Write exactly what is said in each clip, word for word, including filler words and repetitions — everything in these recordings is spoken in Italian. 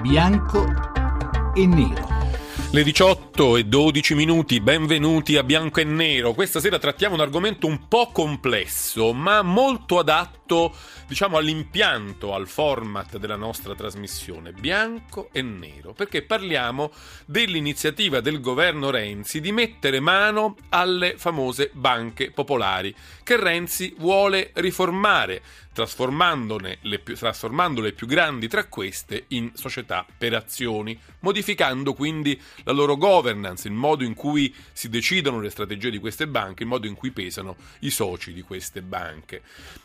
Bianco e nero. Le diciotto e dodici minuti, benvenuti a Bianco e Nero. Questa sera trattiamo un argomento un po' complesso, ma molto adatto, diciamo, all'impianto, al format della nostra trasmissione, Bianco e Nero, perché parliamo dell'iniziativa del governo Renzi di mettere mano alle famose banche popolari, che Renzi vuole riformare, trasformandone le più, trasformando le più grandi tra queste in società per azioni, modificando quindi la loro governance, il modo in cui si decidono le strategie di queste banche, il modo in cui pesano i soci di queste banche.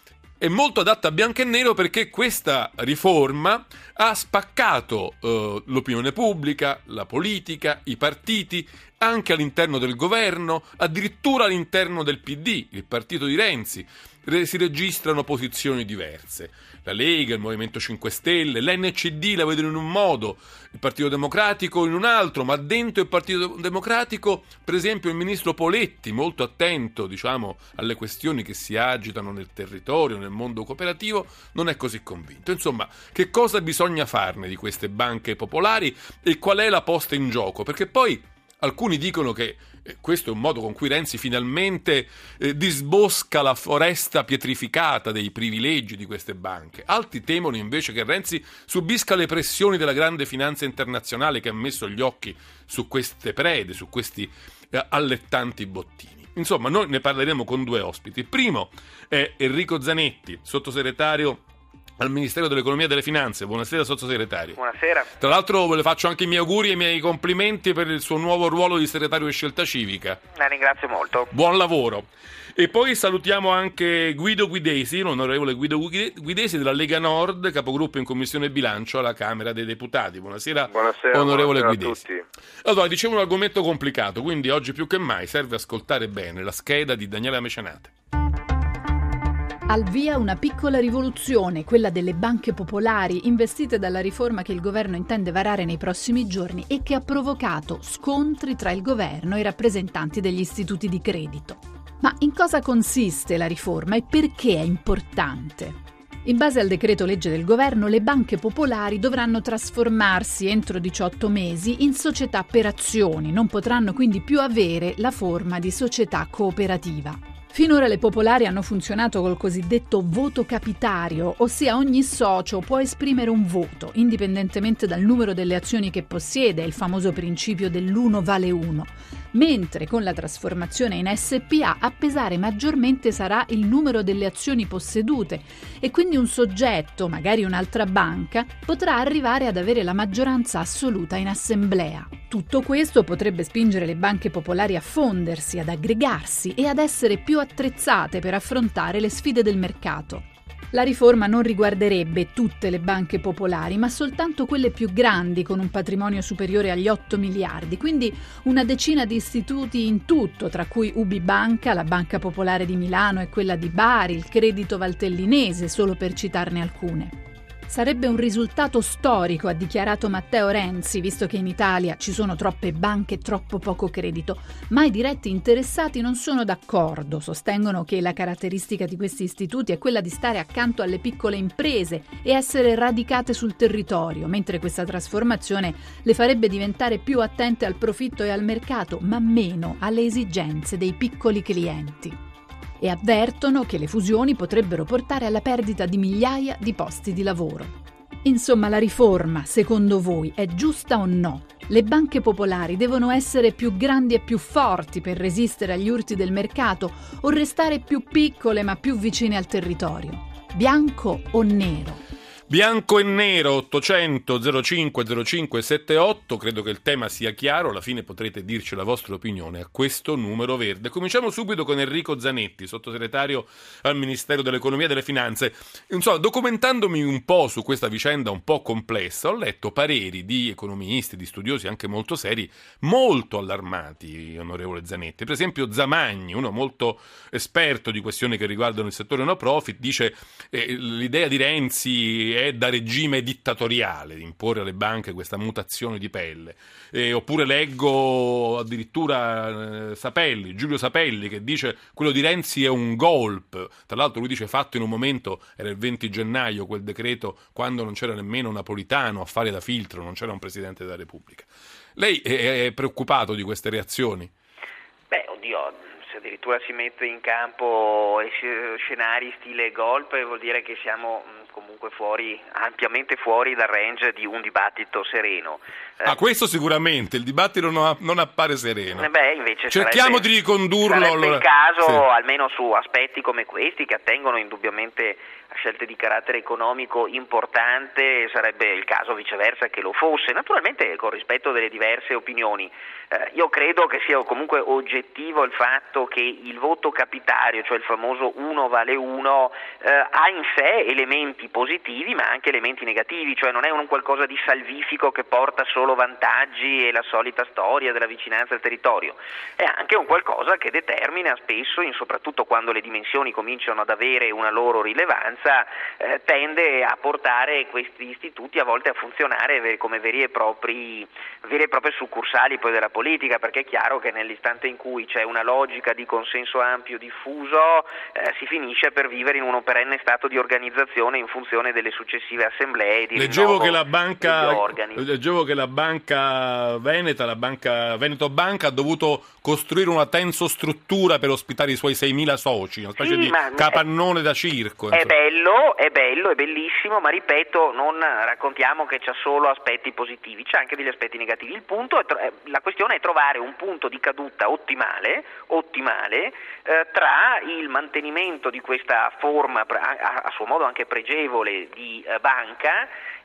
È molto adatta a Bianco e Nero perché questa riforma ha spaccato eh, l'opinione pubblica, la politica, i partiti, anche all'interno del governo, addirittura all'interno del P D, il partito di Renzi. Si registrano posizioni diverse. La Lega, il Movimento cinque Stelle, l'N C D la vedono in un modo, il Partito Democratico in un altro, ma dentro il Partito Democratico, per esempio, il ministro Poletti, molto attento, diciamo, alle questioni che si agitano nel territorio, nel mondo cooperativo, non è così convinto. Insomma, che cosa bisogna farne di queste banche popolari e qual è la posta in gioco? Perché poi alcuni dicono che eh, questo è un modo con cui Renzi finalmente eh, disbosca la foresta pietrificata dei privilegi di queste banche. Altri temono invece che Renzi subisca le pressioni della grande finanza internazionale che ha messo gli occhi su queste prede, su questi eh, allettanti bottini. Insomma, noi ne parleremo con due ospiti. Il primo è Enrico Zanetti, sottosegretario al Ministero dell'Economia e delle Finanze. Buonasera sottosegretario. Buonasera. Tra l'altro le faccio anche i miei auguri e i miei complimenti per il suo nuovo ruolo di segretario di Scelta Civica. La ringrazio molto. Buon lavoro. E poi salutiamo anche Guido Guidesi, l'onorevole Guido Guidesi della Lega Nord, capogruppo in Commissione Bilancio alla Camera dei Deputati. Buonasera, buonasera onorevole buonasera Guidesi. A tutti. Allora, dicevo un argomento complicato, quindi oggi più che mai serve ascoltare bene la scheda di Daniela Mecenate. Al via una piccola rivoluzione, quella delle banche popolari, investite dalla riforma che il governo intende varare nei prossimi giorni e che ha provocato scontri tra il governo e i rappresentanti degli istituti di credito. Ma in cosa consiste la riforma e perché è importante? In base al decreto legge del governo, le banche popolari dovranno trasformarsi entro diciotto mesi in società per azioni, non potranno quindi più avere la forma di società cooperativa. Finora le popolari hanno funzionato col cosiddetto voto capitario, ossia ogni socio può esprimere un voto, indipendentemente dal numero delle azioni che possiede, il famoso principio dell'uno vale uno. Mentre con la trasformazione in S P A a pesare maggiormente sarà il numero delle azioni possedute e quindi un soggetto, magari un'altra banca, potrà arrivare ad avere la maggioranza assoluta in assemblea. Tutto questo potrebbe spingere le banche popolari a fondersi, ad aggregarsi e ad essere più attrezzate per affrontare le sfide del mercato. La riforma non riguarderebbe tutte le banche popolari, ma soltanto quelle più grandi con un patrimonio superiore agli otto miliardi, quindi una decina di istituti in tutto, tra cui UbiBanca, la Banca Popolare di Milano e quella di Bari, il Credito Valtellinese, solo per citarne alcune. Sarebbe un risultato storico, ha dichiarato Matteo Renzi, visto che in Italia ci sono troppe banche e troppo poco credito, ma i diretti interessati non sono d'accordo, sostengono che la caratteristica di questi istituti è quella di stare accanto alle piccole imprese e essere radicate sul territorio, mentre questa trasformazione le farebbe diventare più attente al profitto e al mercato, ma meno alle esigenze dei piccoli clienti. E avvertono che le fusioni potrebbero portare alla perdita di migliaia di posti di lavoro. Insomma, la riforma, secondo voi, è giusta o no? Le banche popolari devono essere più grandi e più forti per resistere agli urti del mercato o restare più piccole ma più vicine al territorio? Bianco o nero? Bianco e Nero, ottocento zero cinque zero cinque settantotto, credo che il tema sia chiaro, alla fine potrete dirci la vostra opinione a questo numero verde. Cominciamo subito con Enrico Zanetti, sottosegretario al Ministero dell'Economia e delle Finanze. Insomma, documentandomi un po' su questa vicenda un po' complessa, ho letto pareri di economisti, di studiosi anche molto seri, molto allarmati, onorevole Zanetti. Per esempio Zamagni, uno molto esperto di questioni che riguardano il settore no profit, dice eh, l'idea di Renzi che è da regime dittatoriale imporre alle banche questa mutazione di pelle. Eh, oppure leggo addirittura eh, Sapelli, Giulio Sapelli, che dice quello di Renzi è un golpe. Tra l'altro lui dice fatto in un momento, era il venti gennaio quel decreto, quando non c'era nemmeno Napolitano a fare da filtro, non c'era un Presidente della Repubblica. Lei è, è preoccupato di queste reazioni? Beh, oddio, se addirittura si mette in campo scenari stile golpe, vuol dire che siamo comunque fuori, ampiamente fuori dal range di un dibattito sereno. Ah, questo sicuramente, il dibattito non, non appare sereno. Eh beh, invece cerchiamo sarebbe, di ricondurlo. Sarebbe allora. il caso, sì. almeno su aspetti come questi, che attengono indubbiamente a scelte di carattere economico importante, sarebbe il caso viceversa che lo fosse, naturalmente con rispetto delle diverse opinioni. Eh, io credo che sia comunque oggettivo il fatto che il voto capitario, cioè il famoso uno vale uno, eh, ha in sé elementi positivi ma anche elementi negativi, cioè non è un qualcosa di salvifico che porta solo vantaggi e la solita storia della vicinanza al territorio, è anche un qualcosa che determina spesso, in soprattutto quando le dimensioni cominciano ad avere una loro rilevanza, eh, tende a portare questi istituti a volte a funzionare come veri e propri vere e proprie succursali poi della politica, perché è chiaro che nell'istante in cui c'è una logica di consenso ampio diffuso eh, si finisce per vivere in un perenne stato di organizzazione in funzione delle successive assemblee di leggevo rinnovo che la banca degli organi. Leggevo che la banca Veneta, la banca Veneto Banca ha dovuto costruire una tensostruttura per ospitare i suoi seimila soci, una specie Sì, di capannone è, da circo. È bello, è bello, è bellissimo, ma ripeto, non raccontiamo che c'ha solo aspetti positivi, c'è anche degli aspetti negativi. Il punto è, la questione è trovare un punto di caduta ottimale, ottimale eh, tra il mantenimento di questa forma a, a suo modo anche pregevole di eh, banca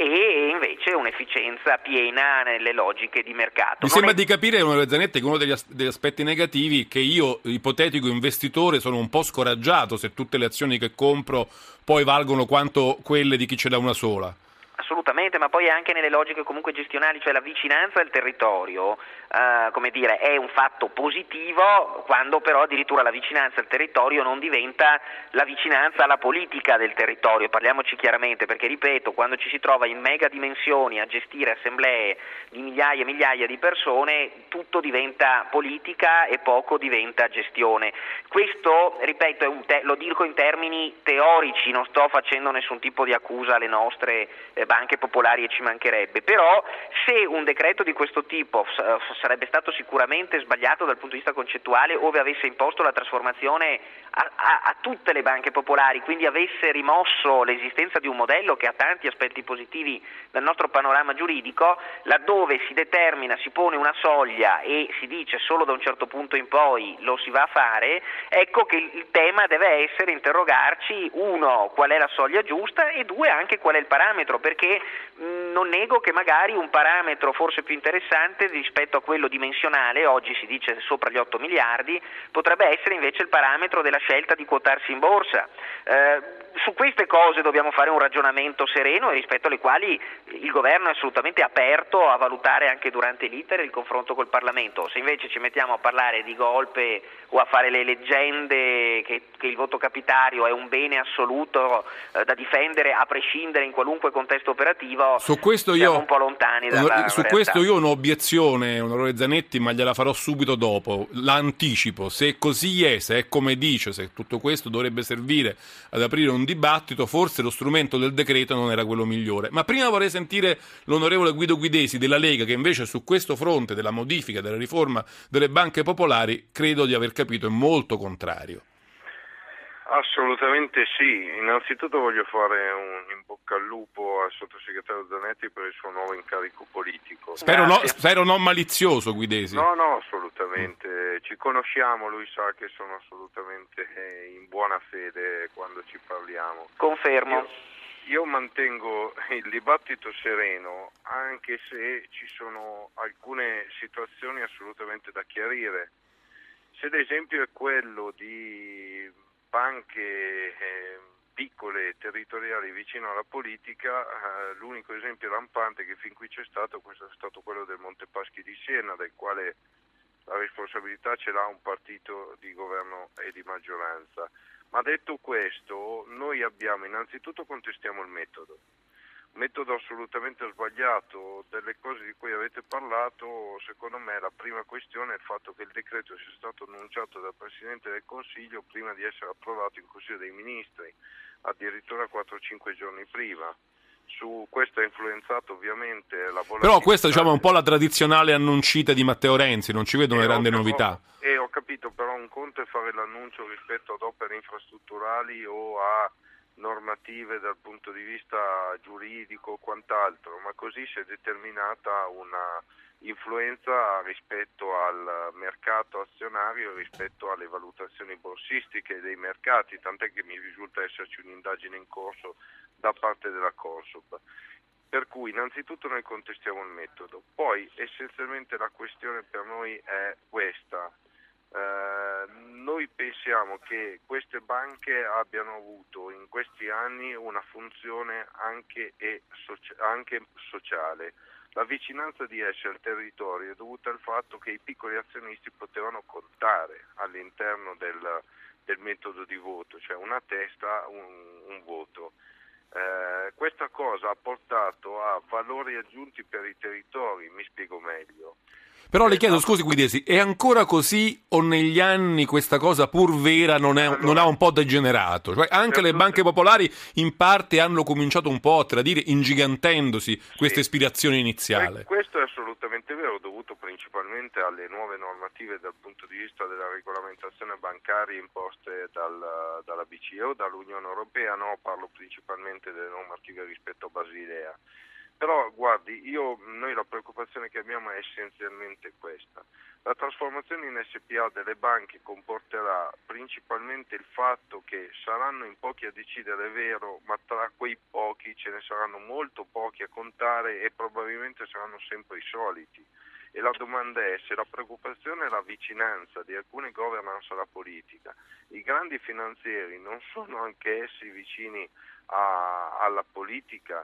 e invece un'efficienza piena nelle logiche di mercato. Mi non sembra è... di capire, onorevole Zanetti, che uno degli, as- degli aspetti negativi è che io, ipotetico investitore, sono un po' scoraggiato se tutte le azioni che compro poi valgono quanto quelle di chi ce n'ha una sola. Assolutamente, ma poi anche nelle logiche comunque gestionali, cioè la vicinanza al territorio, eh, come dire, è un fatto positivo quando però addirittura la vicinanza al territorio non diventa la vicinanza alla politica del territorio, parliamoci chiaramente, perché ripeto, quando ci si trova in mega dimensioni a gestire assemblee di migliaia e migliaia di persone, tutto diventa politica e poco diventa gestione. Questo, ripeto, è un te- lo dico in termini teorici, non sto facendo nessun tipo di accusa alle nostre eh, banche popolari e ci mancherebbe, però se un decreto di questo tipo s- sarebbe stato sicuramente sbagliato dal punto di vista concettuale ove avesse imposto la trasformazione a, a, a tutte le banche popolari, quindi avesse rimosso l'esistenza di un modello che ha tanti aspetti positivi dal nostro panorama giuridico, laddove si determina, si pone una soglia e si dice solo da un certo punto in poi lo si va a fare, ecco che il tema deve essere interrogarci, uno, qual è la soglia giusta e due, anche qual è il parametro, perché mh, non nego che magari un parametro forse più interessante rispetto a quello dimensionale, oggi si dice sopra gli otto miliardi, potrebbe essere invece il parametro della scelta di quotarsi in borsa. Eh, su queste cose dobbiamo fare un ragionamento sereno e rispetto alle quali il governo è assolutamente aperto a valutare anche durante l'iter il confronto col Parlamento. Se invece ci mettiamo a parlare di golpe o a fare le leggende che, che il voto capitario è un bene assoluto eh, da difendere a prescindere in qualunque contesto operativo, su questo siamo io, un po' lontani dalla su realtà. questo io ho un'obiezione, onorevole Zanetti, ma gliela farò subito dopo, l'anticipo. Se così è, se è come dice, se tutto questo dovrebbe servire ad aprire un dibattito, forse lo strumento del decreto non era quello migliore. Ma prima vorrei sentire l'onorevole Guido Guidesi della Lega, che invece su questo fronte della modifica, della riforma delle banche popolari, credo di aver capito, è molto contrario. Assolutamente sì, innanzitutto voglio fare un in bocca al lupo al sottosegretario Zanetti per il suo nuovo incarico politico. Spero, no, spero non malizioso, Guidesi. No, no, assolutamente, ci conosciamo, lui sa che sono assolutamente in buona fede quando ci parliamo. Confermo. Io, io mantengo il dibattito sereno, anche se ci sono alcune situazioni assolutamente da chiarire. Se ad esempio è quello di banche eh, piccole, territoriali, vicino alla politica, eh, l'unico esempio lampante che fin qui c'è stato, questo è stato quello del Montepaschi di Siena, del quale la responsabilità ce l'ha un partito di governo e di maggioranza. Ma detto questo, noi abbiamo, innanzitutto contestiamo il metodo. Metodo assolutamente sbagliato. Delle cose di cui avete parlato, secondo me la prima questione è il fatto che il decreto sia stato annunciato dal Presidente del Consiglio prima di essere approvato in Consiglio dei Ministri, addirittura quattro cinque giorni prima. Su questo ha influenzato ovviamente la volatilità. Però questa, diciamo, è un po' la tradizionale annuncita di Matteo Renzi, non ci vedo una grande novità. E ho capito, però un conto è fare l'annuncio rispetto ad opere infrastrutturali o a normative dal punto di vista giuridico o quant'altro, ma così si è determinata una influenza rispetto al mercato azionario, rispetto alle valutazioni borsistiche dei mercati, tant'è che mi risulta esserci un'indagine in corso da parte della Consob. Per cui innanzitutto noi contestiamo il metodo, poi essenzialmente la questione per noi è questa. Eh, noi pensiamo che queste banche abbiano avuto in questi anni una funzione anche, e socia- anche sociale. La vicinanza di esse al territorio è dovuta al fatto che i piccoli azionisti potevano contare all'interno del, del metodo di voto, cioè una testa, un, un voto. Eh, questa cosa ha portato a valori aggiunti per i territori, mi spiego meglio. Però le chiedo, scusi Guidesi, è ancora così o negli anni questa cosa pur vera non, è, allora, non ha un po' degenerato? Cioè anche le banche popolari in parte hanno cominciato un po' a tradire, ingigantendosi sì, questa ispirazione iniziale. Questo è assolutamente vero, dovuto principalmente alle nuove normative dal punto di vista della regolamentazione bancaria imposte dal, dalla B C E o dall'Unione Europea, no, parlo principalmente delle normative rispetto a Basilea. Però guardi, io, noi la preoccupazione che abbiamo è essenzialmente questa. La trasformazione in S P A delle banche comporterà principalmente il fatto che saranno in pochi a decidere, è vero, ma tra quei pochi ce ne saranno molto pochi a contare e probabilmente saranno sempre i soliti. E la domanda è se la preoccupazione è la vicinanza di alcune governance alla politica. I grandi finanzieri non sono anche essi vicini a, alla politica?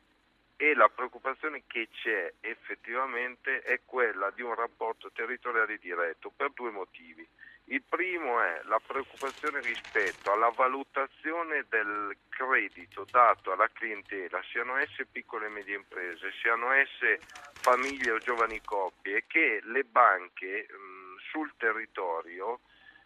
E la preoccupazione che c'è effettivamente è quella di un rapporto territoriale diretto per due motivi. Il primo è la preoccupazione rispetto alla valutazione del credito dato alla clientela, siano esse piccole e medie imprese, siano esse famiglie o giovani coppie, che le banche mh, sul territorio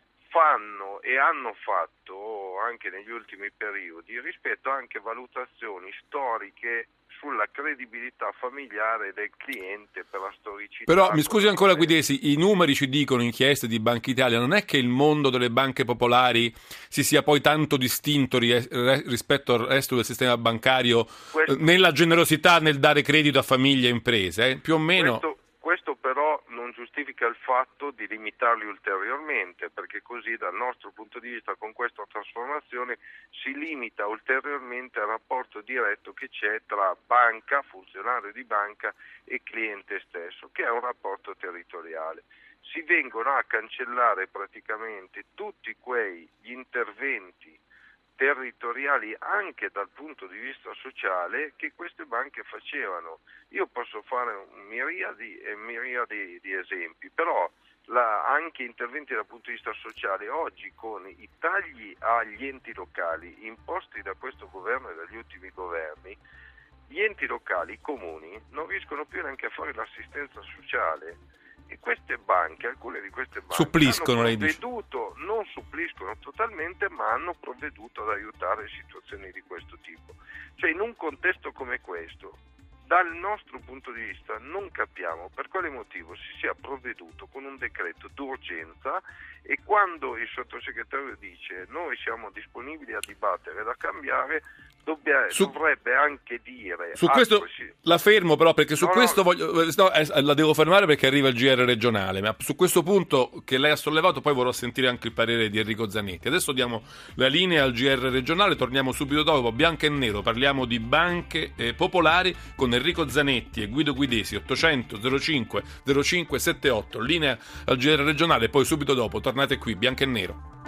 fanno e hanno fatto anche negli ultimi periodi rispetto anche a valutazioni storiche sulla credibilità familiare del cliente per la storicità. Però mi scusi ancora Guidesi, i numeri ci dicono, inchieste di Banca Italia, non è che il mondo delle banche popolari si sia poi tanto distinto rispetto al resto del sistema bancario questo, nella generosità nel dare credito a famiglie e imprese, eh? Più o meno. Questo, questo però non giustifica il fatto di limitarli ulteriormente, perché così dal nostro punto di vista con questa trasformazione si limita ulteriormente il rapporto diretto che c'è tra banca, funzionario di banca e cliente stesso, che è un rapporto territoriale. Si vengono a cancellare praticamente tutti quegli interventi territoriali anche dal punto di vista sociale che queste banche facevano. Io posso fare un miriadi e miriadi di esempi, però la, anche interventi dal punto di vista sociale oggi con i tagli agli enti locali imposti da questo governo e dagli ultimi governi, gli enti locali, i comuni, non riescono più neanche a fare l'assistenza sociale. E queste banche, alcune di queste banche suppliscono, hanno provveduto, non suppliscono totalmente, ma hanno provveduto ad aiutare situazioni di questo tipo. Cioè in un contesto come questo, dal nostro punto di vista non capiamo per quale motivo si sia provveduto con un decreto d'urgenza, e quando il sottosegretario dice noi siamo disponibili a dibattere e a cambiare, Dobbia, su, dovrebbe anche dire su questo così. La fermo però perché su no, questo no. voglio no, eh, la devo fermare perché arriva il G R regionale, ma su questo punto che lei ha sollevato poi vorrò sentire anche il parere di Enrico Zanetti. Adesso diamo la linea al G R regionale, torniamo subito dopo, bianco e nero, parliamo di banche eh, popolari con Enrico Zanetti e Guido Guidesi. Ottocento zero cinque zero cinque settantotto, linea al G R regionale, poi subito dopo tornate qui, bianco e nero.